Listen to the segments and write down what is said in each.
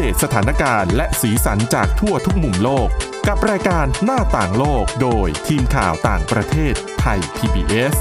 เดตสถานการณ์และสีสันจากทั่วทุกมุมโลกกับรายการหน้าต่างโลกโดยทีมข่าวต่างประเทศไทย PBS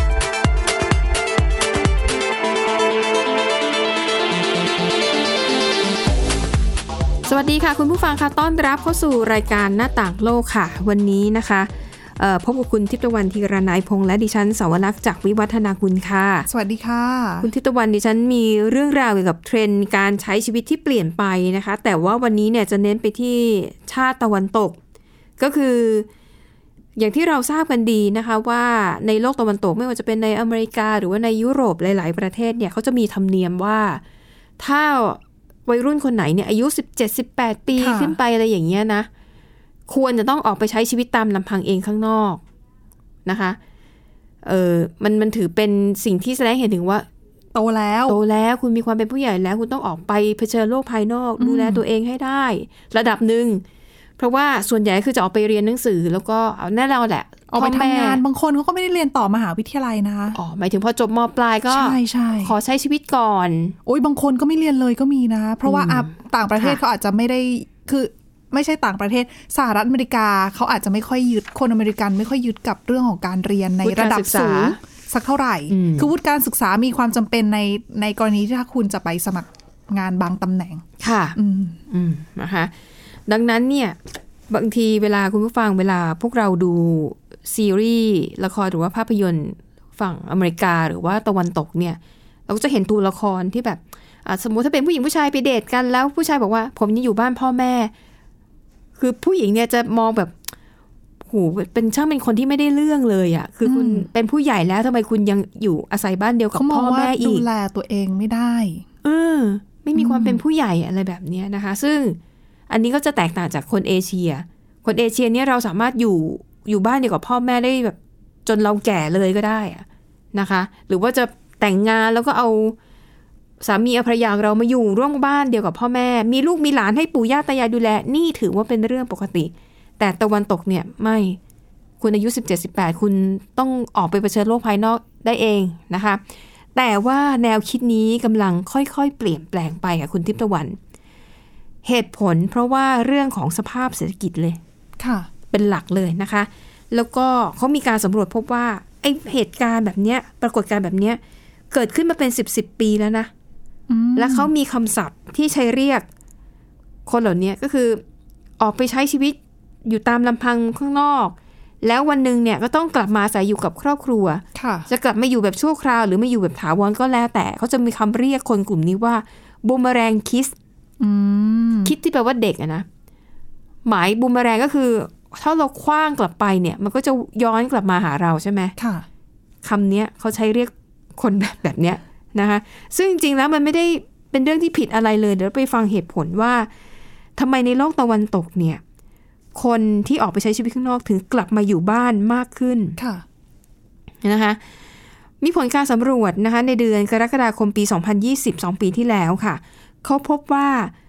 สวัสดีค่ะคุณผู้ฟังค่ะต้อนรับเข้าสู่รายการหน้าต่างโลกค่ะวันนี้นะคะพบกับคุณทิพย์ตะวันธีรนัยพงษ์และดิฉันสาวรักษ์จากวิวัฒนาคุณค่ะสวัสดีค่ะคุณทิพย์ตะวันดิฉันมีเรื่องราวเกี่ยวกับเทรนด์การใช้ชีวิตที่เปลี่ยนไปนะคะแต่ว่าวันนี้เนี่ยจะเน้นไปที่ชาติตะวันตกก็คืออย่างที่เราทราบกันดีนะคะว่าในโลกตะวันตกไม่ว่าจะเป็นในอเมริกาหรือว่าในยุโรปหลายๆประเทศเนี่ยเขาจะมีธรรมเนียมว่าถ้าวัยรุ่นคนไหนเนี่ยอายุ 17-18 ปีขึ้นไปอะไรอย่างเงี้ยนะควรจะต้องออกไปใช้ชีวิตตามลำพังเองข้างนอกนะคะมันถือเป็นสิ่งที่แสดงเห็นถึงว่าโตแล้วคุณมีความเป็นผู้ใหญ่แล้วคุณต้องออกไปเผชิญโลกภายนอกดูแลตัวเองให้ได้ระดับหนึ่งเพราะว่าส่วนใหญ่คือจะออกไปเรียนหนังสือแล้วก็แน่นอนแหละออกไปทำงานบางคนเขาก็ไม่ได้เรียนต่อมหาวิทยาลัยนะคะหมายถึงพอจบม.ปลายก็ใช่ขอใช้ชีวิตก่อนโอ้ยบางคนก็ไม่เรียนเลยก็มีนะเพราะว่าต่างประเทศเขาอาจจะไม่ได้คือไม่ใช่ต่างประเทศสหรัฐอเมริกาเขาอาจจะไม่ค่อยยึดคนอเมริกันไม่ค่อยยึดกับเรื่องของการเรียนในระดับสูงสักเท่าไหร่คือวุฒิการศึกษามีความจำเป็นในกรณีที่ถ้าคุณจะไปสมัครงานบางตำแหน่งค่ะนะคะดังนั้นเนี่ยบางทีเวลาคุณผู้ฟังเวลาพวกเราดูซีรีส์ละครหรือว่าภาพยนตร์ฝั่งอเมริกาหรือว่าตะวันตกเนี่ยเราก็จะเห็นตัวละครที่แบบสมมุติถ้าเป็นผู้หญิงผู้ชายไปเดทกันแล้วผู้ชายบอกว่าผมนี่อยู่บ้านพ่อแม่คือผู้หญิงเนี่ยจะมองแบบโหเป็นช่างเป็นคนที่ไม่ได้เรื่องเลยอ่ะคือคุณเป็นผู้ใหญ่แล้วทำไมคุณยังอยู่อาศัยบ้านเดียวกับพ่อแม่อีกดูแลตัวเองไม่ได้ไม่มีความเป็นผู้ใหญ่อะไรแบบนี้นะคะซึ่งอันนี้ก็จะแตกต่างจากคนเอเชียเนี่ยเราสามารถอยู่บ้านเดียวกับพ่อแม่ได้แบบจนเราแก่เลยก็ได้นะคะหรือว่าจะแต่งงานแล้วก็เอาสามีภรรยาเรามาอยู่ร่วมบ้านเดียวกับพ่อแม่มีลูกมีหลานให้ปู่ย่าตายายดูแลนี่ถือว่าเป็นเรื่องปกติแต่ตะวันตกเนี่ยไม่คุณอายุ 17-18 คุณต้องออกไปเผชิญโลกภายนอกได้เองนะคะแต่ว่าแนวคิดนี้กำลังค่อยๆเปลี่ยนแปลงไปค่ะคุณทิพย์ตะวันเหตุผลเพราะว่าเรื่องของสภาพเศรษฐกิจเลยค่ะเป็นหลักเลยนะคะแล้วก็เขามีการสำรวจพบว่าไอ้เหตุการณ์แบบเนี้ยปรากฏการณ์แบบเนี้ยเกิดขึ้นมาเป็น10 ปีแล้วนะและเขามีคำศัพท์ที่ใช้เรียกคนเหล่านี้ก็คือออกไปใช้ชีวิตอยู่ตามลำพังข้างนอกแล้ววันหนึ่งเนี่ยก็ต้องกลับมาอาศัยอยู่กับครอบครัวจะกลับมาอยู่แบบชั่วคราวหรือมาอยู่แบบถาวรก็แล้วแต่เขาจะมีคำเรียกคนกลุ่มนี้ว่าบูมเมอแรงคิสคิดที่แปลว่าเด็กอะนะหมายบูมเมอแรงก็คือถ้าเราคว้างกลับไปเนี่ยมันก็จะย้อนกลับมาหาเราใช่ไหมค่ะคำนี้เขาใช้เรียกคนแบบเนี้ยนะคะซึ่งจริงๆแล้วมันไม่ได้เป็นเรื่องที่ผิดอะไรเลยเดี๋ยวไปฟังเหตุผลว่าทำไมในโลกตะวันตกเนี่ยคนที่ออกไปใช้ชีวิตข้างนอกถึงกลับมาอยู่บ้านมากขึ้นค่ะนะคะมีผลการสำรวจนะคะในเดือนกรกฎาคมปี2020 2 ปีที่แล้วค่ะเขาพบว่า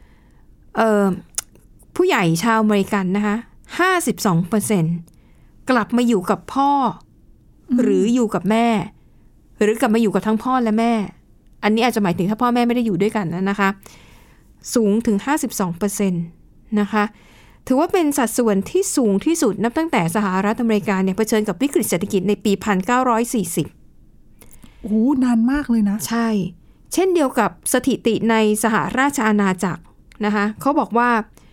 ผู้ใหญ่ชาวอเมริกันนะคะ 52% กลับมาอยู่กับพ่อหรืออยู่กับแม่หรือกลับมาอยู่กับทั้งพ่อและแม่อันนี้อาจจะหมายถึงถ้าพ่อแม่ไม่ได้อยู่ด้วยกันนะคะสูงถึง 52% นะคะถือว่าเป็นสัดส่วนที่สูงที่สุดนับตั้งแต่สหรัฐอเมริกาเนี่ยเผชิญกับวิกฤตเศรษฐกิจในปี 1940 โอ้นานมากเลยนะใช่เช่นเดียวกับสถิติในสหราชอาณาจักรนะคะเขาบอกว่า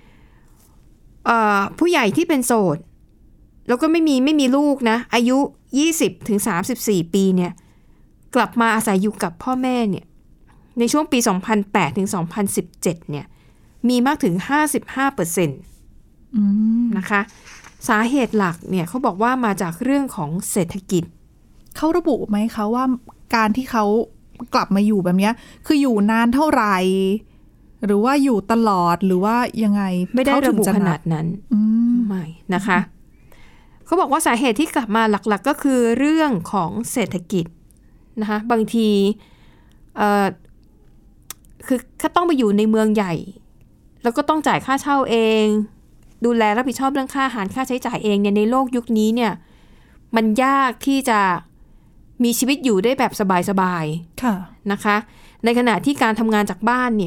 ผู้ใหญ่ที่เป็นโสดแล้วก็ไม่มีลูกนะอายุ 20-34 ปีเนี่ยกลับมาอาศัยอยู่กับพ่อแม่เนี่ยในช่วงปี 2008 ถึง 2017 เนี่ยมีมากถึง 55% นะคะสาเหตุหลักเนี่ยเขาบอกว่ามาจากเรื่องของเศรษฐกิจเขาระบุไหมคะว่าการที่เขากลับมาอยู่แบบนี้คืออยู่นานเท่าไหร่หรือว่าอยู่ตลอดหรือว่ายังไงไม่ได้ระบุขนาดนั้นไม่นะคะเขาบอกว่าสาเหตุที่กลับมาหลักๆก็คือเรื่องของเศรษฐกิจนะคะบางทีคือถ้าต้องไปอยู่ในเมืองใหญ่แล้วก็ต้องจ่ายค่าเช่าเองดูแลรับผิดชอบเรื่องค่าอาหารค่าใช้จ่ายเองเนี่ยในโลกยุคนี้เนี่ยมันยากที่จะมีชีวิตอยู่ได้แบบสบายๆนะคะในขณะที่การทำงานจากบ้านเนี่ย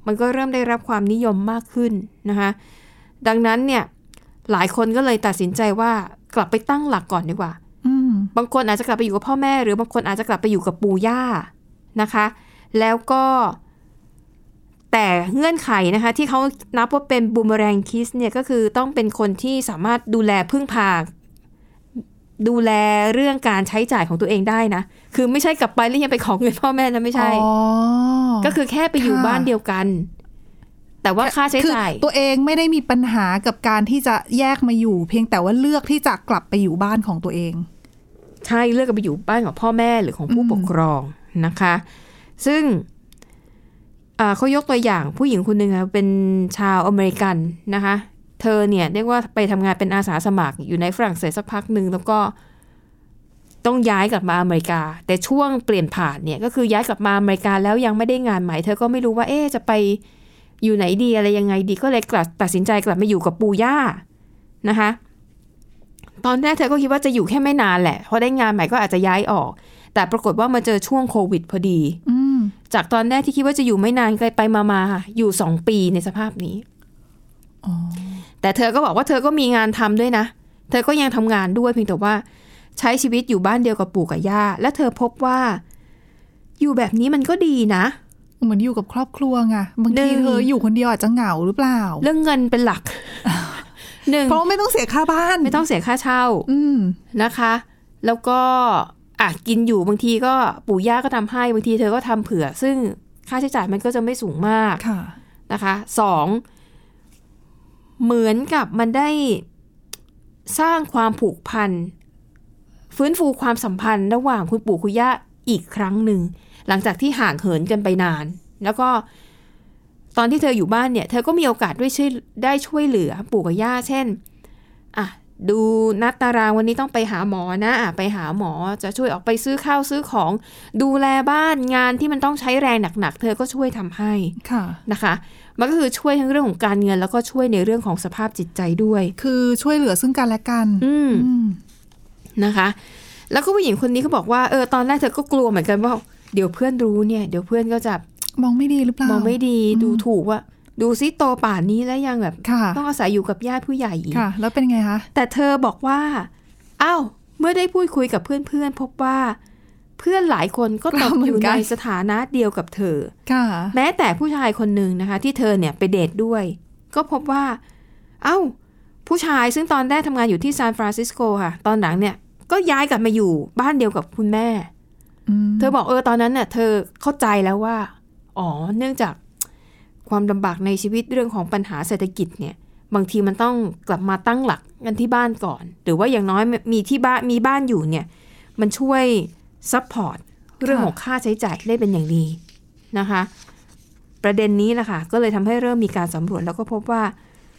มันก็เริ่มได้รับความนิยมมากขึ้นนะคะดังนั้นเนี่ยหลายคนก็เลยตัดสินใจว่ากลับไปตั้งหลักก่อนดีกว่าบางคนอาจจะกลับไปอยู่กับพ่อแม่หรือบางคนอาจจะกลับไปอยู่กับปู่ย่านะคะแล้วก็แต่เงื่อนไขนะคะที่เขานับว่าเป็นบูมเมอแรงคิสเนี่ยก็คือต้องเป็นคนที่สามารถดูแลพึ่งพาดูแลเรื่องการใช้จ่ายของตัวเองได้นะคือไม่ใช่กลับไปแล้วยังไปขอเงินพ่อแม่นะไม่ใช่ก็คือแค่ไปอยู่บ้านเดียวกันแต่ว่าค่าใช้จ่ายตัวเองไม่ได้มีปัญหากับการที่จะแยกมาอยู่เพียงแต่ว่าเลือกที่จะกลับไปอยู่บ้านของตัวเองใช่เลือกไปอยู่บ้านของพ่อแม่หรือของผู้ปกครองนะคะซึ่งเขายกตัวอย่างผู้หญิงคนหนึ่งเป็นชาวอเมริกันนะคะเธอเนี่ยเรียกว่าไปทำงานเป็นอาสาสมัครอยู่ในฝรั่งเศสสักพักหนึ่งแล้วก็ต้องย้ายกลับมาอเมริกาแต่ช่วงเปลี่ยนผ่านเนี่ยก็คือย้ายกลับมาอเมริกาแล้วยังไม่ได้งานใหม่เธอก็ไม่รู้ว่าจะไปอยู่ไหนดีอะไรยังไงดีก็เลยตัดสินใจกลับมาอยู่กับปู่ย่านะคะตอนแรกเธอก็คิดว่าจะอยู่แค่ไม่นานแหละพอได้งานใหม่ก็อาจจะย้ายออกแต่ปรากฏว่ามาเจอช่วงโควิดพอดีจากตอนแรกที่คิดว่าจะอยู่ไม่นานก็ไปมาอยู่2 ปีในสภาพนี้แต่เธอก็บอกว่าเธอก็มีงานทำด้วยนะเธอก็ยังทำงานด้วยเพียงแต่ว่าใช้ชีวิตอยู่บ้านเดียวกับปู่กับย่าและเธอพบว่าอยู่แบบนี้มันก็ดีนะเหมือนอยู่กับครอบครัวไงบางทีเธออยู่คนเดียวอาจจะเหงาหรือเปล่าเรื่องเงินเป็นหลักเพราะไม่ต้องเสียค่าบ้านไม่ต้องเสียค่าเช่านะคะแล้วก็กินอยู่บางทีก็ปู่ย่าก็ทำให้บางทีเธอก็ทำเผื่อซึ่งค่าใช้จ่ายมันก็จะไม่สูงมากนะคะ2เหมือนกับมันได้สร้างความผูกพันฟื้นฟูความสัมพันธ์ระหว่างคุณปู่คุณย่าอีกครั้งหนึ่งหลังจากที่ห่างเหินกันไปนานแล้วก็ตอนที่เธออยู่บ้านเนี่ยเธอก็มีโอกาสได้ช่วยเหลือปู่กับย่าเช่นดูนัดตารางวันนี้ต้องไปหาหมอนะไปหาหมอจะช่วยออกไปซื้อข้าวซื้อของดูแลบ้านงานที่มันต้องใช้แรงหนักๆเธอก็ช่วยทำให้นะคะมันก็คือช่วยทั้งเรื่องของการเงินแล้วก็ช่วยในเรื่องของสภาพจิตใจด้วยคือช่วยเหลือซึ่งกันและกันนะคะแล้วก็ผู้หญิงคนนี้เขาบอกว่าตอนแรกเธอก็กลัวเหมือนกันว่าเดี๋ยวเพื่อนรู้เนี่ยเดี๋ยวเพื่อนก็จะมองไม่ดีหรือเปล่ามองไม่ดีดูถูกว่าดูซิโตป่านนี้แล้วยังแบบต้องอาศัยอยู่กับญาติผู้ใหญ่อีกแล้วเป็นไงคะแต่เธอบอกว่าเมื่อได้พูดคุยกับเพื่อนๆพบว่าเพื่อนหลายคนก็ตกอยู่ในสถานะเดียวกับเธอแม้แต่ผู้ชายคนหนึ่งนะคะที่เธอเนี่ยไปเดทด้วยก็พบว่าผู้ชายซึ่งตอนแรกทำงานอยู่ที่ซานฟรานซิสโกค่ะตอนหลังเนี่ยก็ย้ายกลับมาอยู่บ้านเดียวกับคุณแม่เธอบอกตอนนั้นเนี่ยเธอเข้าใจแล้วว่าเนื่องจากความลำบากในชีวิตเรื่องของปัญหาเศรษฐกิจเนี่ยบางทีมันต้องกลับมาตั้งหลักกันที่บ้านก่อนหรือว่าอย่างน้อยมีบ้านอยู่เนี่ยมันช่วยซัพพอร์ตเรื่องของค่าใช้จ่ายได้เป็นอย่างดีนะคะประเด็นนี้แหละค่ะก็เลยทำให้เริ่มมีการสำรวจแล้วก็พบว่า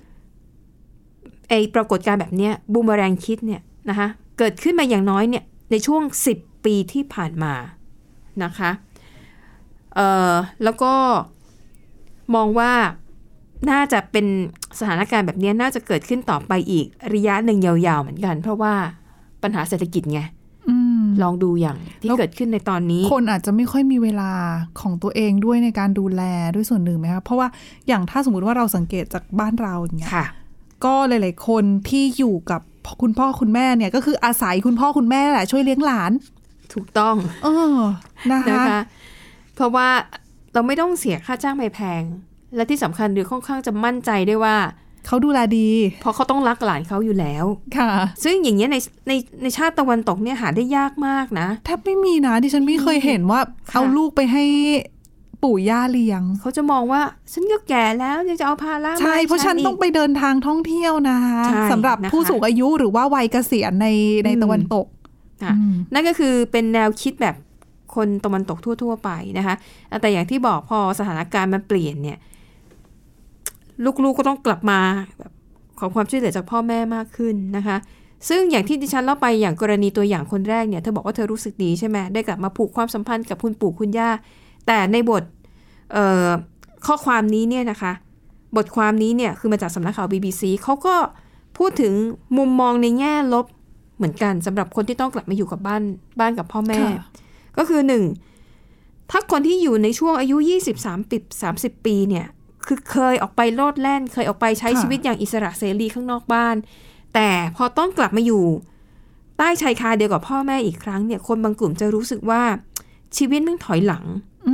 ปรากฏการณ์แบบนี้บูมเมอแรงคิดเนี่ยนะคะเกิดขึ้นมาอย่างน้อยเนี่ยในช่วง10 ปีที่ผ่านมานะคะแล้วก็มองว่าน่าจะเป็นสถานการณ์แบบนี้น่าจะเกิดขึ้นต่อไปอีกระยะหนึ่งยาวๆเหมือนกันเพราะว่าปัญหาเศรษฐกิจไงลองดูอย่างที่เกิดขึ้นในตอนนี้คนอาจจะไม่ค่อยมีเวลาของตัวเองด้วยในการดูแลด้วยส่วนหนึ่งไหมคะเพราะว่าอย่างถ้าสมมติว่าเราสังเกตจากบ้านเราอย่างเงี้ยก็หลายๆคนที่อยู่กับคุณพ่อคุณแม่เนี่ยก็คืออาศัยคุณพ่อคุณแม่แหละช่วยเลี้ยงหลานถูกต้องนะคะเพราะว่าเราไม่ต้องเสียค่าจ้างแพงและที่สำคัญหรือค่อนข้างจะมั่นใจได้ว่าเขาดูแลดีเพราะเขาต้องรักหลานเขาอยู่แล้วค่ะซึ่งอย่างเงี้ยในชาติตะวันตกเนี่ยหาได้ยากมากนะแทบไม่มีนะดิฉันไม่เคยเห็นว่าเอาลูกไปให้ปู่ย่าเลี้ยงเขาจะมองว่าฉันก็แก่แล้วยังจะเอาภาระใช่เพราะฉันต้องไปเดินทางท่องเที่ยวนะคะสำหรับผู้สูงอายุหรือว่าวัยเกษียณในตะวันตกนั่นก็คือเป็นแนวคิดแบบคนตะวันตกทั่วๆไปนะคะแต่อย่างที่บอกพอสถานการณ์มันเปลี่ยนเนี่ยลูกๆก็ต้องกลับมาแบบขอความช่วยเหลือจากพ่อแม่มากขึ้นนะคะซึ่งอย่างที่ดิฉันเล่าไปอย่างกรณีตัวอย่างคนแรกเนี่ยเธอบอกว่าเธอรู้สึกดีใช่ไหมได้กลับมาผูกความสัมพันธ์กับคุณปู่คุณย่าแต่ในบทข้อความนี้เนี่ยนะคะบทความนี้เนี่ยคือมาจากสำนักข่าว BBC เขาก็พูดถึงมุมมองในแง่ลบเหมือนกันสำหรับคนที่ต้องกลับมาอยู่กับบ้านกับพ่อแม่ก็คือ1ถ้าคนที่อยู่ในช่วงอายุ30 ปีเนี่ยคือเคยออกไปโลดแล่นเคยออกไปใช้ชีวิตอย่างอิสระเสรีข้างนอกบ้านแต่พอต้องกลับมาอยู่ใต้ชายคาเดียวกับพ่อแม่อีกครั้งเนี่ยคนบางกลุ่มจะรู้สึกว่าชีวิตมันถอยหลัง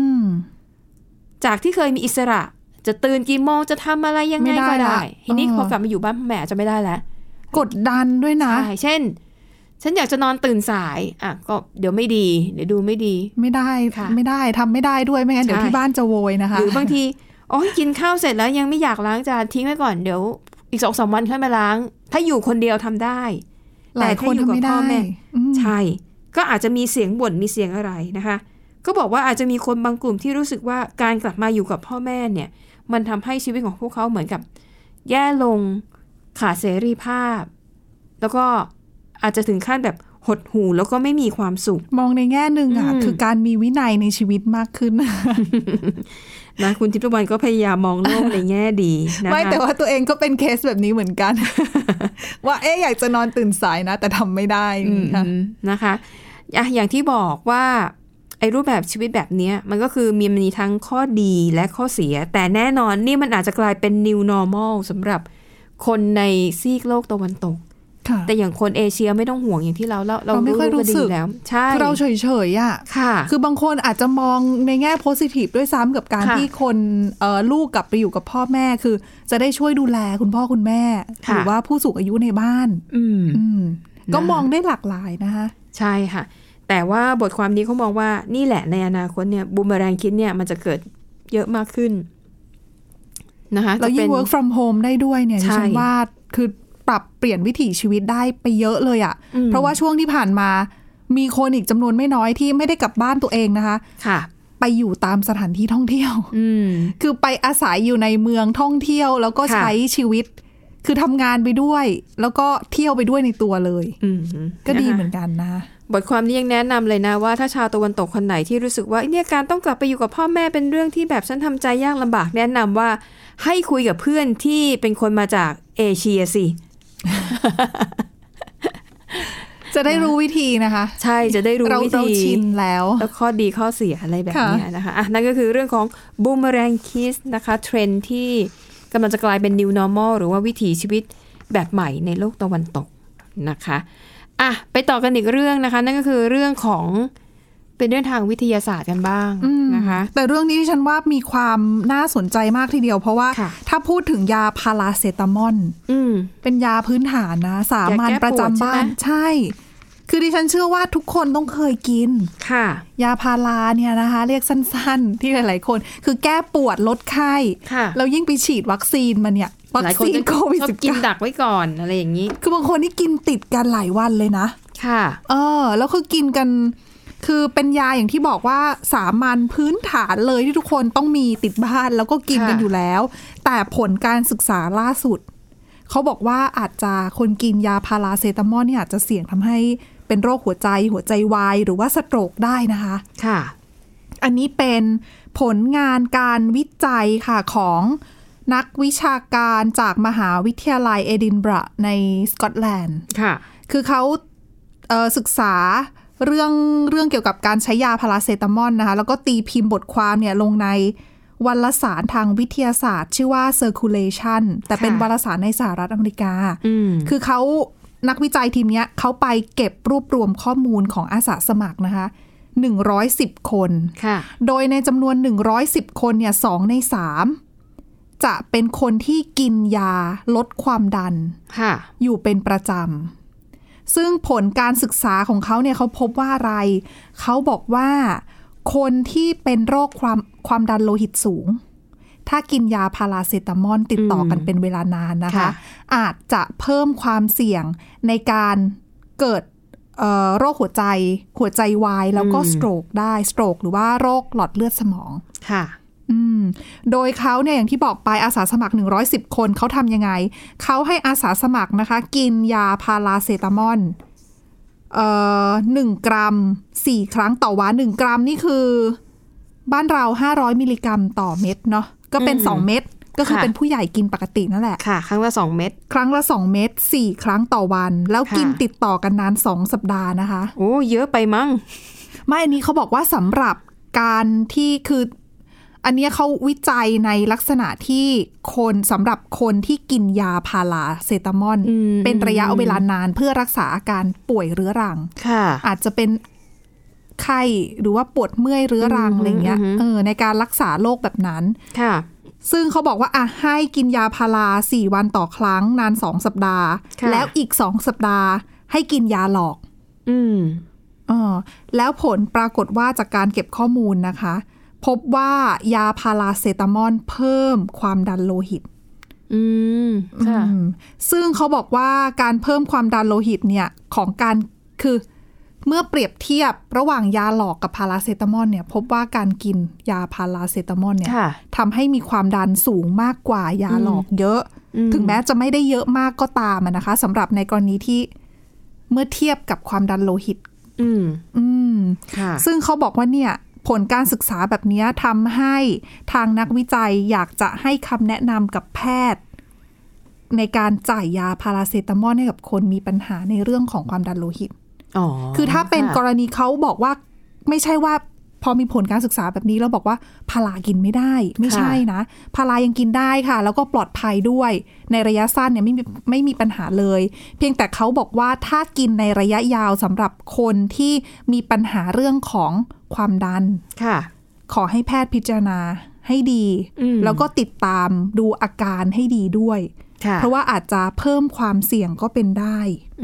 จากที่เคยมีอิสระจะตื่นกี่โมงจะทำอะไรยังไงก็ได้ทีนี้พอกลับมาอยู่บ้านพ่อแม่จะไม่ได้แล้วกดดันด้วยนะใช่เช่นฉันอยากจะนอนตื่นสายอ่ะก็เดี๋ยวไม่ดีเดี๋ยวดูไม่ดีไม่ได้ไม่ได้ทำไม่ได้ด้วยไม่งั้นเดี๋ยวที่บ้านจะโวยนะคะหรือบางทีกินข้าวเสร็จแล้วยังไม่อยากล้างจานทิ้งไว้ก่อนเดี๋ยวอีก 2-3 วันค่อยมาล้างถ้าอยู่คนเดียวทำได้แต่ถ้าอยู่กับพ่อแม่ใช่ก็อาจจะมีเสียงบ่นมีเสียงอะไรนะคะก็บอกว่าอาจจะมีคนบางกลุ่มที่รู้สึกว่าการกลับมาอยู่กับพ่อแม่เนี่ยมันทำให้ชีวิตของพวกเขาเหมือนกับแย่ลงขาดเสรีภาพแล้วก็อาจจะถึงขั้นแบบหดหู่แล้วก็ไม่มีความสุขมองในแง่นึงอ่ะคือการมีวินัยในชีวิตมากขึ้นนะคุณทิพย์ตะวันก็พยายามมองโลกในแง่ดีนะคะไม่แต่ว่าตัวเองก็เป็นเคสแบบนี้เหมือนกัน ว่าอยากจะนอนตื่นสายนะแต่ทำไม่ได้นะคะอย่างที่บอกว่าไอ้รูปแบบชีวิตแบบนี้มันก็คือมีทั้งข้อดีและข้อเสียแต่แน่นอนนี่มันอาจจะกลายเป็น new normal สำหรับคนในซีกโลกตะวันตกแต่อย่างคนเอเชียไม่ต้องห่วงอย่างที่เราไม่ค่อยรู้สึกแล้วใช่คือเราเฉยๆอ่ะคือบางคนอาจจะมองในแง่โพสิทีฟด้วยซ้ำกับการที่คนลูกกลับไปอยู่กับพ่อแม่คือจะได้ช่วยดูแลคุณพ่อคุณแม่หรือว่าผู้สูงอายุในบ้านก็มองได้หลากหลายนะคะใช่ค่ะแต่ว่าบทความนี้เขามองว่านี่แหละในอนาคตเนี่ยบูมเมอแรงคิดเนี่ยมันจะเกิดเยอะมากขึ้นนะคะแล้วยิ่ง work from home ได้ด้วยเนี่ยดิฉันว่าคือปรับเปลี่ยนวิถีชีวิตได้ไปเยอะเลยอ่ะเพราะว่าช่วงที่ผ่านมามีคนอีกจำนวนไม่น้อยที่ไม่ได้กลับบ้านตัวเองนะคะค่ะไปอยู่ตามสถานที่ท่องเที่ยวคือไปอาศัยอยู่ในเมืองท่องเที่ยวแล้วก็ใช้ชีวิตคือทำงานไปด้วยแล้วก็เที่ยวไปด้วยในตัวเลยก็ดีเหมือนกันนะบทความนี้ยังแนะนำเลยนะว่าถ้าชาวตะวันตกคนไหนที่รู้สึกว่าเนี่ยการต้องกลับไปอยู่กับพ่อแม่เป็นเรื่องที่แบบฉันทำใจยากลำบากแนะนำว่าให้คุยกับเพื่อนที่เป็นคนมาจากเอเชียสิจะได้รู้วิธีนะคะใช่จะได้รู้วิธีเราชินแล้วข้อดีข้อเสียอะไรแบบนี้นะคะนั่นก็คือเรื่องของ Boomerang Kids นะคะเทรนด์ที่กำลังจะกลายเป็น New Normal หรือว่าวิถีชีวิตแบบใหม่ในโลกตะวันตกนะคะไปต่อกันอีกเรื่องนะคะนั่นก็คือเรื่องของเป็นเรื่องทางวิทยาศาสตร์กันบ้างนะคะแต่เรื่องนี้ฉันว่ามีความน่าสนใจมากทีเดียวเพราะว่าถ้าพูดถึงยาพาราเซตามอลเป็นยาพื้นฐานนะสามัญประจำบ้านใช่คือดิฉันเชื่อว่าทุกคนต้องเคยกินค่ะยาพาราเนี่ยนะคะเรียกสั้นๆที่หลายๆคนคือแก้ปวดลดไข้แล้วยิ่งไปฉีดวัคซีนมาเนี่ยวัคซีนโควิด -19 กินดักไว้ก่อนอะไรอย่างนี้คือบางคนนี่กินติดกันหลายวันเลยนะค่ะแล้วคือกินกันคือเป็นยาอย่างที่บอกว่าสามัญพื้นฐานเลยที่ทุกคนต้องมีติดบ้านแล้วก็กินกันอยู่แล้วแต่ผลการศึกษาล่าสุดเขาบอกว่าอาจจะคนกินยาพาราเซตามอลเนี่ยอาจจะเสี่ยงทำให้เป็นโรคหัวใจวายหรือว่าสโตรกได้นะคะค่ะอันนี้เป็นผลงานการวิจัยค่ะของนักวิชาการจากมหาวิทยาลัยเอดินบะในสกอตแลนด์ค่ะคือเขาศึกษาเรื่องเกี่ยวกับการใช้ยาพาราเซตามอลนะคะแล้วก็ตีพิมพ์บทความเนี่ยลงในวารสารทางวิทยาศาสตร์ชื่อว่า Circulation แต่เป็นวารสารในสหรัฐอเมริกาคือเขานักวิจัยทีมนี้เขาไปเก็บรวบรวมข้อมูลของอาสาสมัครนะคะ110 คนโดยในจำนวน110 คนเนี่ย2 ใน 3จะเป็นคนที่กินยาลดความดันอยู่เป็นประจำซึ่งผลการศึกษาของเขาเนี่ยเขาพบว่าอะไรเขาบอกว่าคนที่เป็นโรคความดันโลหิตสูงถ้ากินยาพาราเซตามอลติดต่อกันเป็นเวลานานนะคะอาจจะเพิ่มความเสี่ยงในการเกิดโรคหัวใจวายแล้วก็สโตรกได้สโตรกหรือว่าโรคหลอดเลือดสมองค่ะโดยเขาเนี่ยอย่างที่บอกไปอาสาสมัคร110 คนเขาทำยังไงเขาให้อาสาสมัครนะคะกินยาพาราเซตามอล1 กรัม4 ครั้งต่อวัน1 กรัมนี่คือบ้านเรา500 มิลลิกรัมต่อเม็ดเนาะก็เป็น2 เม็ดก็คือเป็นผู้ใหญ่กินปกตินั่นแหละค่ะครั้งละ2 เม็ดครั้งละ2 เม็ด4 ครั้งต่อวันแล้วกินติดต่อกันนาน2 สัปดาห์นะคะโอ้เยอะไปมั้งไม่อันนี้เขาบอกว่าสำหรับการที่คืออันนี้เขาวิจัยในลักษณะที่คนสำหรับคนที่กินยาพาราเซตามอลเป็นระยะเวลานานเพื่อรักษาอาการป่วยเรื้อรังอาจจะเป็นไข้หรือว่าปวดเมื่อยเรื้อรังอะไรเงี้ยในการรักษาโรคแบบนั้นซึ่งเขาบอกว่าให้กินยาพารา4 วันต่อครั้งนาน2 สัปดาห์แล้วอีก2 สัปดาห์ให้กินยาหลอกแล้วผลปรากฏว่าจากการเก็บข้อมูลนะคะพบว่ายาพาราเซตามอลเพิ่มความดันโลหิตซึ่งเขาบอกว่าการเพิ่มความดันโลหิตเนี่ยของการคือเมื่อเปรียบเทียบระหว่างยาหลอกกับพาราเซตามอลเนี่ยพบว่าการกินยาพาราเซตามอลเนี่ยทำให้มีความดันสูงมากกว่ายาหลอกเยอะถึงแม้จะไม่ได้เยอะมากก็ตามนะคะสำหรับในกรณีที่เมื่อเทียบกับความดันโลหิตซึ่งเขาบอกว่าเนี่ยผลการศึกษาแบบนี้ทำให้ทางนักวิจัยอยากจะให้คำแนะนำกับแพทย์ในการจ่ายยาพาราเซตามอลให้กับคนมีปัญหาในเรื่องของความดันโลหิตคือถ้าเป็นกรณีเขาบอกว่าไม่ใช่ว่าพอมีผลการศึกษาแบบนี้แล้วบอกว่าพารากินไม่ได้ไม่ใช่นะพารายังกินได้ค่ะแล้วก็ปลอดภัยด้วยในระยะสั้นเนี่ยไม่มีปัญหาเลยเพียงแต่เขาบอกว่าถ้ากินในระยะยาวสำหรับคนที่มีปัญหาเรื่องของความดันขอให้แพทย์พิจารณาให้ดีแล้วก็ติดตามดูอาการให้ดีด้วยเพราะว่าอาจจะเพิ่มความเสี่ยงก็เป็นได้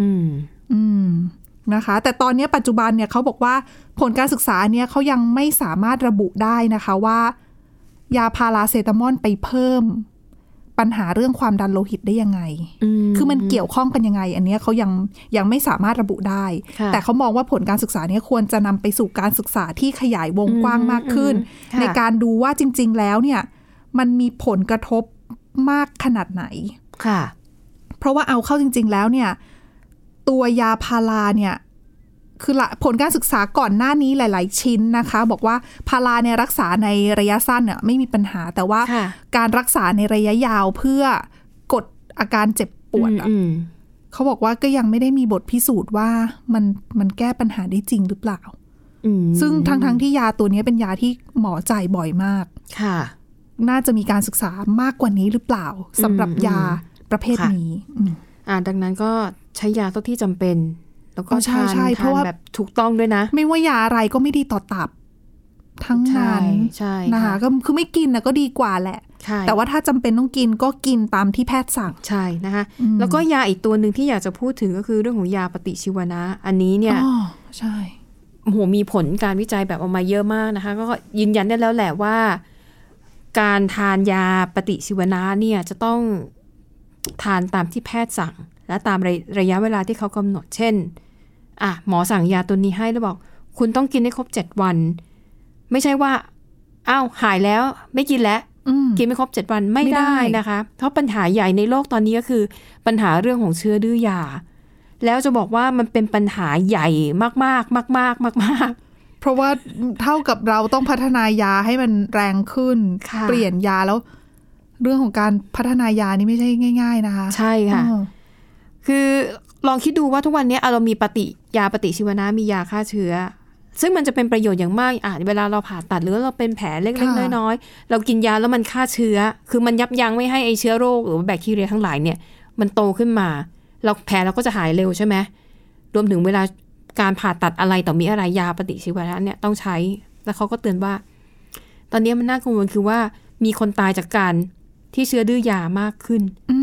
นะคะแต่ตอนนี้ปัจจุบันเนี่ยเขาบอกว่าผลการศึกษาเนี่ยเขายังไม่สามารถระบุได้นะคะว่ายาพาราเซตามอลไปเพิ่มปัญหาเรื่องความดันโลหิตได้ยังไงคือมันเกี่ยวข้องกันยังไงอันนี้เขายังไม่สามารถระบุได้แต่เขามองว่าผลการศึกษานี้ควรจะนำไปสู่การศึกษาที่ขยายวงกว้างมากขึ้นในการดูว่าจริงๆแล้วเนี่ยมันมีผลกระทบมากขนาดไหนเพราะว่าเอาเข้าจริงๆแล้วเนี่ยตัวยาพาราเนี่ยคือผลการศึกษาก่อนหน้านี้หลายๆชิ้นนะคะบอกว่าพาราเนี่ยรักษาในระยะสั้นเนี่ยไม่มีปัญหาแต่ว่าการรักษาในระยะยาวเพื่อกดอาการเจ็บปวดเขาบอกว่าก็ยังไม่ได้มีบทพิสูจน์ว่ามันแก้ปัญหาได้จริงหรือเปล่าซึ่งทั้งที่ยาตัวนี้เป็นยาที่หมอจ่ายบ่อยมากน่าจะมีการศึกษามากกว่านี้หรือเปล่าสำหรับยาประเภทนี้ดังนั้นก็ใช้ยาเท่าที่จำเป็นแล้วก็ทานแบบถูกต้องด้วยนะไม่ว่ายาอะไรก็ไม่ดีต่อตับทั้งนั้นนะคะก็คือไม่กินนะก็ดีกว่าแหละแต่ว่าถ้าจำเป็นต้องกินก็กินตามที่แพทย์สั่งใช่นะคะแล้วก็ยาอีกตัวหนึ่งที่อยากจะพูดถึงก็คือเรื่องของยาปฏิชีวนะอันนี้เนี่ยใช่โหมีผลการวิจัยแบบออกมาเยอะมากนะคะก็ยืนยันได้แล้วแหละว่าการทานยาปฏิชีวนะเนี่ยจะต้องทานตามที่แพทย์สั่งและตามระยะเวลาที่เขากำหนดเช่นหมอสั่งยาตัวนี้ให้แล้วบอกคุณต้องกินให้ครบ7 วันไม่ใช่ว่าหายแล้วไม่กินแล้วกินไม่ครบ7 วันไม่ได้นะคะเพราะปัญหาใหญ่ในโลกตอนนี้ก็คือปัญหาเรื่องของเชื้อดื้อยาแล้วจะบอกว่ามันเป็นปัญหาใหญ่มากๆมากๆมากๆเพราะว่าเท่ากับเราต้องพัฒนายาให้มันแรงขึ้นเปลี่ยนยาแล้วเรื่องของการพัฒนายานี่ไม่ใช่ง่ายๆนะคะใช่ค่ะคือลองคิดดูว่าทุกวันนี้เรามียาปฏิชีวนะมียาฆ่าเชื้อซึ่งมันจะเป็นประโยชน์อย่างมากเวลาเราผ่าตัดหรือเราเป็นแผลเล็กๆน้อยๆเรากินยาแล้วมันฆ่าเชื้อคือมันยับยั้งไม่ให้ไอเชื้อโรคหรือแบคทีเรียทั้งหลายเนี่ยมันโตขึ้นมาแผลเราก็จะหายเร็วใช่ไหมรวมถึงเวลาการผ่าตัดอะไรต่อมีอะไรยาปฏิชีวนะเนี่ยต้องใช้แล้วเขาก็เตือนว่าตอนนี้มันน่ากังวลคือว่ามีคนตายจากการที่เชื้อดื้อยามากขึ้น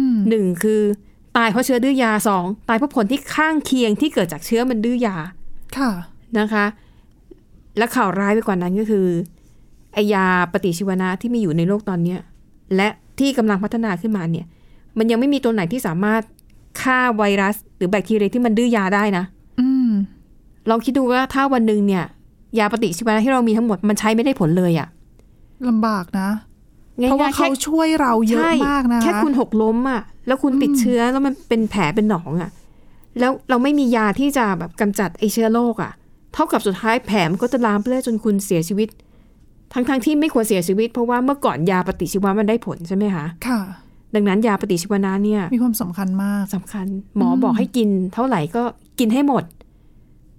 1คือตายเพราะเชื้อดื้อยา2ตายเพราะผลที่ข้างเคียงที่เกิดจากเชื้อมันดื้อยานะคะและข่าวร้ายไปกว่านั้นก็คือไอยาปฏิชีวนะที่มีอยู่ในโลกตอนนี้และที่กำลังพัฒนาขึ้นมาเนี่ยมันยังไม่มีตัวไหนที่สามารถฆ่าไวรัสหรือแบคทีเรียที่มันดื้อยาได้นะลองคิดดูว่าถ้าวันนึงเนี่ยยาปฏิชีวนะที่เรามีทั้งหมดมันใช้ไม่ได้ผลเลยลำบากนะเพราะว่าเขาช่วยเราเยอะมากนะแค่คุณหกล้มแล้วคุณติดเชื้อแล้วมันเป็นแผลเป็นหนองแล้วเราไม่มียาที่จะแบบกำจัดไอเชื้อโรคเท่ากับสุดท้ายแผลมันก็จะลามไปเรื่อยจนคุณเสียชีวิตทั้งที่ไม่ควรเสียชีวิตเพราะว่าเมื่อก่อนยาปฏิชีวนะมันได้ผลใช่ไหมคะค่ะดังนั้นยาปฏิชีวนะเนี่ยมีความสำคัญมากสำคัญหมอบอกให้กินเท่าไหร่ก็กินให้หมด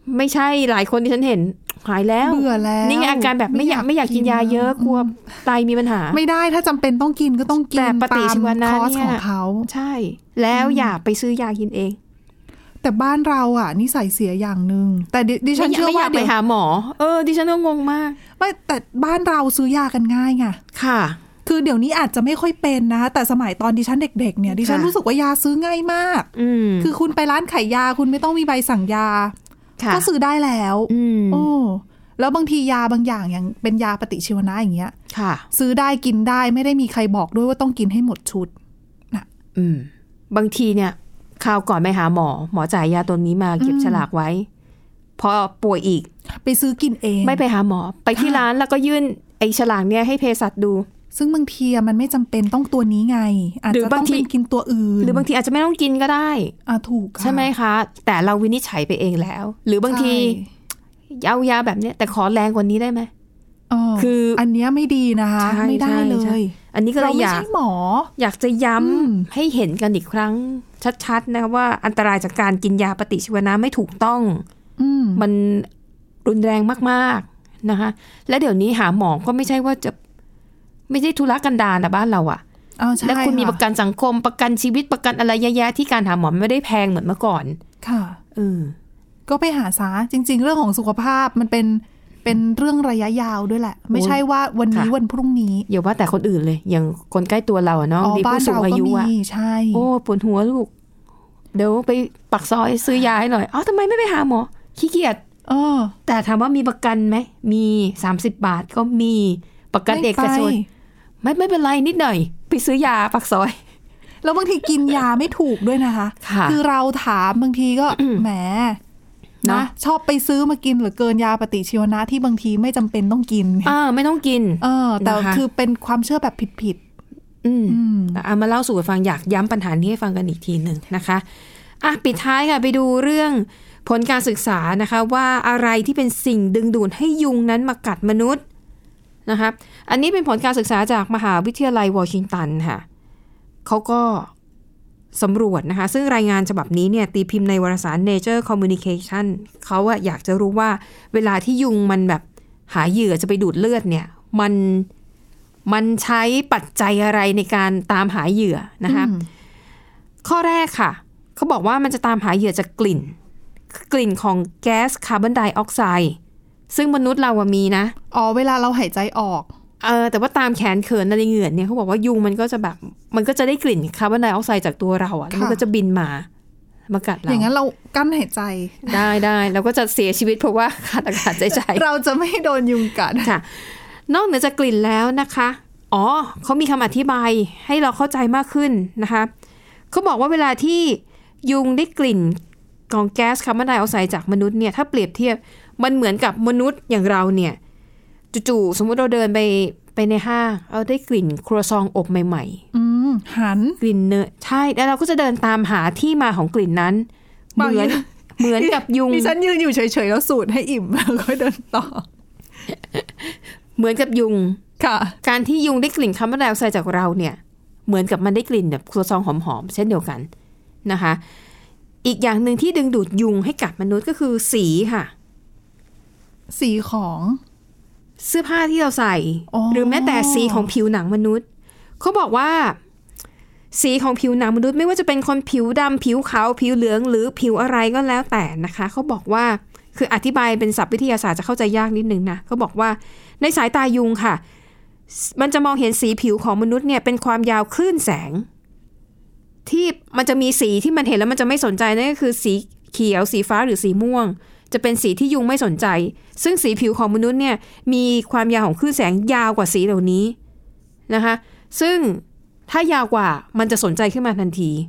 ไม่ใช่หลายคนที่ฉันเห็นหายแล้วเบื่อแล้วนี่ไงอาการแบบไม่อยากกินยาเยอะกลัวไตมีปัญหาไม่ได้ถ้าจำเป็นต้องกินก็ต้องกินแต่ปฏิชีวนะคอร์สของเขาใช่แล้วอย่าไปซื้อยากินเองแต่บ้านเราอ่ะนิสัยเสียอย่างนึงแต่ดิฉันเชื่อว่าเดี๋ยวไปหาหมอดิฉันก็งงมากไม่แต่บ้านเราซื้อยากันง่ายไงค่ะคือเดี๋ยวนี้อาจจะไม่ค่อยเป็นนะแต่สมัยตอนดิฉันเด็กๆเนี่ยดิฉันรู้สึกว่ายาซื้อง่ายมากคือคุณไปร้านขายยาคุณไม่ต้องมีใบสั่งยาก็ซื้อได้แล้วโอ้แล้วบางทียาบางอย่างอย่างเป็นยาปฏิชีวนะอย่างเงี้ยซื้อได้กินได้ไม่ได้มีใครบอกด้วยว่าต้องกินให้หมดชุดนะบางทีเนี่ยคราวก่อนไปหาหมอจ่ายยาตัวนี้มาเก็บฉลากไว้พอป่วยอีกไปซื้อกินเองไม่ไปหาหมอไปที่ร้านแล้วก็ยื่นไอ้ฉลากเนี่ยให้เภสัชดูซึ่งบางทีมันไม่จำเป็นต้องตัวนี้ไงอาจจะต้องเป็นกินตัวอื่นหรือบางทีอาจจะไม่ต้องกินก็ได้ถูกใช่ไหมคะแต่เราวินิจฉัยไปเองแล้วหรือบางทีเอายาแบบเนี้ยแต่ขอแรงกว่านี้ได้ไหมคืออันนี้ไม่ดีนะคะไม่ได้เลยอันนี้ก็เลยอยากจะย้ำให้เห็นกันอีกครั้งชัดๆนะว่าอันตรายจากการกินยาปฏิชีวนะไม่ถูกต้องมันรุนแรงมากๆนะคะและเดี๋ยวนี้หาหมอก็ไม่ใช่ว่าจะไม่ใช่ธุรกันดารนะบ้านเราอะและคุณมีประกันสังคมประกันชีวิตประกันอะไรเยอะแยะที่การหาหมอไม่ได้แพงเหมือนเมื่อก่อนค่ะก็ไปหาซะจริงๆเรื่องของสุขภาพมันเป็นเรื่องระยะยาวด้วยแหละไม่ใช่ว่าวันนี้วันพรุ่งนี้อย่าว่าแต่คนอื่นเลยอย่างคนใกล้ตัวเราเนาะมีผู้สูงอายุอะใช่โอ้ปวดหัวลูกเดี๋ยวไปปักซอยซื้อยาให้หน่อยทำไมไม่ไปหาหมอขี้เกียจแต่ถามว่ามีประกันไหมมี30 บาทก็มีประกันเอกชนไม่เป็นไรนิดหน่อยไปซื้อยาปักซอยแล้วบางทีกินยาไม่ถูกด้วยนะคะคือเราถามบางทีก็แหมนะชอบไปซื้อมากินหรือเกินยาปฏิชีวนะที่บางทีไม่จำเป็นต้องกินไม่ต้องกินแต่คือเป็นความเชื่อแบบผิดเอามาเล่าสู่กันฟังอยากย้ำปัญหานี้ให้ฟังกันอีกทีหนึ่งนะคะปิดท้ายค่ะไปดูเรื่องผลการศึกษานะคะว่าอะไรที่เป็นสิ่งดึงดูดให้ยุงนั้นมากัดมนุษย์นะคะอันนี้เป็นผลการศึกษาจากมหาวิทยาลัยวอชิงตันค่ะเขาก็สำรวจนะคะซึ่งรายงานฉบับนี้เนี่ยตีพิมพ์ในวารสาร Nature Communication เขาอยากจะรู้ว่าเวลาที่ยุงมันแบบหาเหยื่อจะไปดูดเลือดเนี่ยมันใช้ปัจจัยอะไรในการตามหาเหยื่อนะคะข้อแรกค่ะเขาบอกว่ามันจะตามหาเหยื่อจากกลิ่นของแก๊สคาร์บอนไดออกไซด์ซึ่งมนุษย์เรามีนะเวลาเราหายใจออกแต่ว่าตามแขนเขินในเหงื่อเนี่ยเขาบอกว่ายุงมันก็จะได้กลิ่นคาร์บอนไดออกไซด์จากตัวเราแล้วมันก็จะบินมากัดเราอย่างนั้นเรากั้นหายใจได้เราก็จะเสียชีวิตเพราะว่าขาดอากาศใจเราจะไม่โดนยุงกัดค่ะนอกเหนือจากกลิ่นแล้วนะคะเขามีคำอธิบายให้เราเข้าใจมากขึ้นนะคะเขาบอกว่าเวลาที่ยุงได้กลิ่นของแก๊สคาร์บอนไดออกไซด์จากมนุษย์เนี่ยถ้าเปรียบเทียบมันเหมือนกับมนุษย์อย่างเราเนี่ยจู่ๆสมมุติเราเดินไปในห้างเอาได้กลิ่นครัวซองอบใหม่ๆหันกลิ่นเนยใช่แล้วเราก็จะเดินตามหาที่มาของกลิ่นนั้นเหมือนกับยุงดิฉันยืนอยู่เฉยๆแล้วสูดให้อิ่มแล้วก็เดินต่อเหมือนกับยุงค่ะการที่ยุงได้กลิ่นคาร์บอนไดออกไซด์จากเราเนี่ยเหมือนกับมันได้กลิ่นแบบครัวซองหอมๆเช่นเดียวกันนะคะอีกอย่างหนึ่งที่ดึงดูดยุงให้กัดมนุษย์ก็คือสีค่ะสีของเสื้อผ้าที่เราใส่หรือแม้แต่สีของผิวหนังมนุษย์เขาบอกว่าสีของผิวหนังมนุษย์ไม่ว่าจะเป็นคนผิวดำผิวขาวผิวเหลืองหรือผิวอะไรก็แล้วแต่นะคะเขาบอกว่าคืออธิบายเป็นศัพท์วิทยาศาสตร์จะเข้าใจยากนิดนึงนะเขาบอกว่าในสายตายุงค่ะมันจะมองเห็นสีผิวของมนุษย์เนี่ยเป็นความยาวคลื่นแสงที่มันจะมีสีที่มันเห็นแล้วมันจะไม่สนใจนั่นก็คือสีเขียวสีฟ้าหรือสีม่วงจะเป็นสีที่ยุงไม่สนใจซึ่งสีผิวของมนุษย์เนี่ยมีความยาวของคลื่นแสงยาวกว่าสีเหล่านี้นะคะซึ่งถ้ายาวกว่ามันจะสนใจขึ้นมาทันที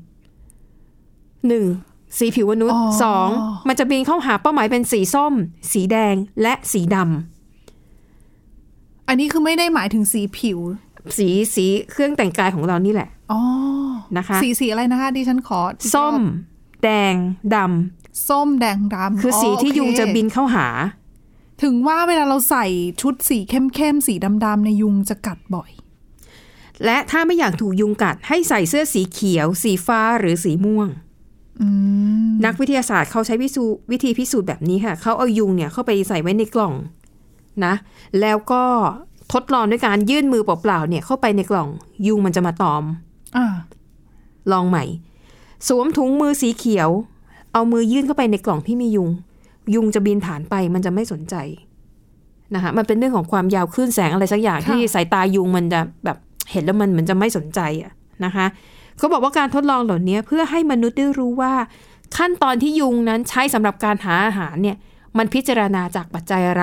1สีผิวมนุษย์2มันจะบินเข้าหาเป้าหมายเป็นสีส้มสีแดงและสีดำอันนี้คือไม่ได้หมายถึงสีผิวสีเครื่องแต่งกายของเรานี่แหละนะคะสีอะไรนะคะดิฉันขอส้มแดงดำส้มแดงดำคือสีที่ยุงจะบินเข้าหาถึงว่าเวลาเราใส่ชุดสีเข้มๆสีดำๆในยุงจะกัดบ่อยและถ้าไม่อยากถูกยุงกัดให้ใส่เสื้อสีเขียวสีฟ้าหรือสีม่วงนักวิทยาศาสตร์เขาใช้วิธีพิสูจน์แบบนี้ค่ะเขาเอายุงเนี่ยเข้าไปใส่ไว้ในกล่องนะแล้วก็ทดลองด้วยการยื่นมือเปล่าๆเนี่ยเข้าไปในกล่องยุงมันจะมาตอมลองใหม่สวมถุงมือสีเขียวเอามือยื่นเข้าไปในกล่องที่มียุงจะบินผ่านไปมันจะไม่สนใจนะคะมันเป็นเรื่องของความยาวคลื่นแสงอะไรสักอย่างที่สายตายุงมันจะแบบเห็นแล้วมันจะไม่สนใจอะนะคะเขาบอกว่าการทดลองเหล่านี้เพื่อให้มนุษย์ได้รู้ว่าขั้นตอนที่ยุงนั้นใช้สำหรับการหาอาหารเนี่ยมันพิจารณาจากปัจจัยอะไร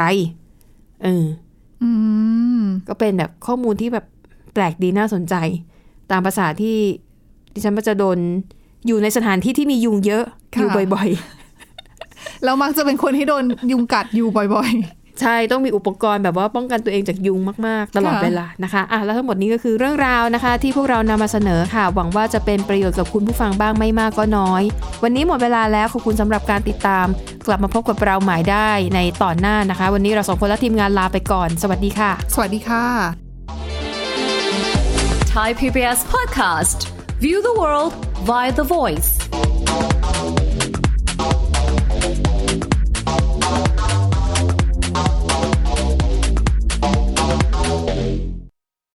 ก็เป็นแบบข้อมูลที่แบบแปลกดีน่าสนใจตามภาษาที่ดิฉันจะโดนอยู่ในสถานที่ที่มียุงเยอะอยู่บ่อยๆแล้วมักจะเป็นคนที่โดนยุงกัดอยู่บ่อยๆใช่ต้องมีอุปกรณ์แบบว่าป้องกันตัวเองจากยุงมากๆตลอดเวลานะคะแล้วทั้งหมดนี้ก็คือเรื่องราวนะคะที่พวกเรานำมาเสนอค่ะหวังว่าจะเป็นประโยชน์กับคุณผู้ฟังบ้างไม่มากก็น้อยวันนี้หมดเวลาแล้วขอบคุณสำหรับการติดตามกลับมาพบกับเราใหม่ได้ในตอนหน้านะคะวันนี้เราสองคนและทีมงานลาไปก่อนสวัสดีค่ะสวัสดีค่ะ Thai PBS Podcast View the world via the voice